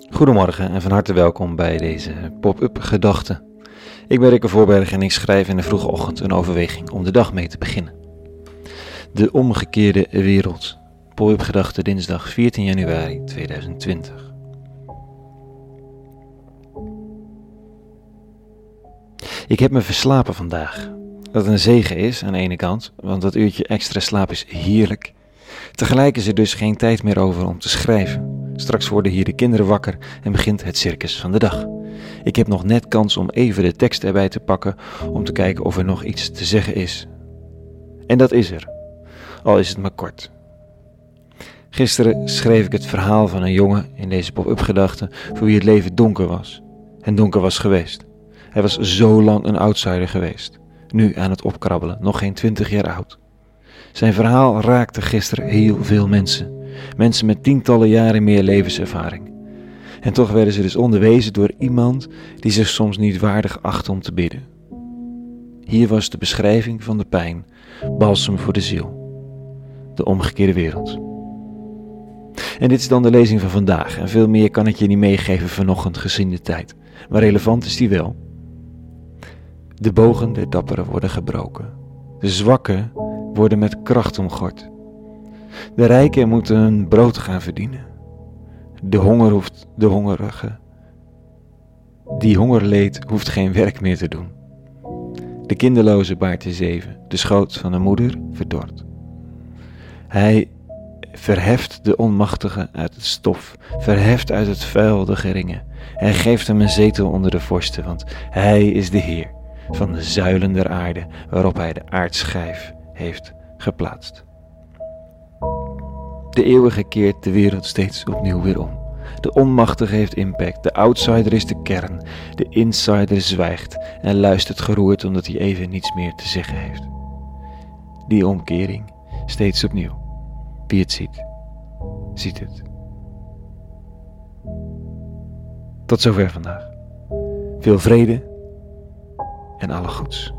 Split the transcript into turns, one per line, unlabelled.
Goedemorgen en van harte welkom bij deze pop-up gedachten. Ik ben Rikke Voorberg en ik schrijf in de vroege ochtend een overweging om de dag mee te beginnen. De omgekeerde wereld. Pop-up gedachten dinsdag 14 januari 2020. Ik heb me verslapen vandaag. Dat een zegen is aan de ene kant, want dat uurtje extra slaap is heerlijk. Tegelijk is er dus geen tijd meer over om te schrijven. Straks worden hier de kinderen wakker en begint het circus van de dag. Ik heb nog net kans om even de tekst erbij te pakken om te kijken of er nog iets te zeggen is. En dat is er, al is het maar kort. Gisteren schreef ik het verhaal van een jongen in deze pop-up gedachten voor wie het leven donker was. En donker was geweest. Hij was zo lang een outsider geweest. Nu aan het opkrabbelen, nog geen 20 jaar oud. Zijn verhaal raakte gisteren heel veel mensen. Mensen met tientallen jaren meer levenservaring. En toch werden ze dus onderwezen door iemand die zich soms niet waardig achtte om te bidden. Hier was de beschrijving van de pijn, balsem voor de ziel. De omgekeerde wereld. En dit is dan de lezing van vandaag. En veel meer kan ik je niet meegeven vanochtend gezien de tijd. Maar relevant is die wel. De bogen der dapperen worden gebroken. De zwakken worden met kracht omgord. De rijken moeten hun brood gaan verdienen. De hongerige die honger leed, hoeft geen werk meer te doen. De kinderloze baart de zeven, de schoot van de moeder verdort. Hij verheft de onmachtige uit het stof, verheft uit het vuil de geringe. Hij geeft hem een zetel onder de vorsten, want hij is de Heer van de zuilen der aarde, waarop hij de aardschijf heeft geplaatst. De eeuwige keert de wereld steeds opnieuw weer om. De onmachtige heeft impact, de outsider is de kern, de insider zwijgt en luistert geroerd omdat hij even niets meer te zeggen heeft. Die omkering, steeds opnieuw. Wie het ziet, ziet het. Tot zover vandaag. Veel vrede en alle goeds.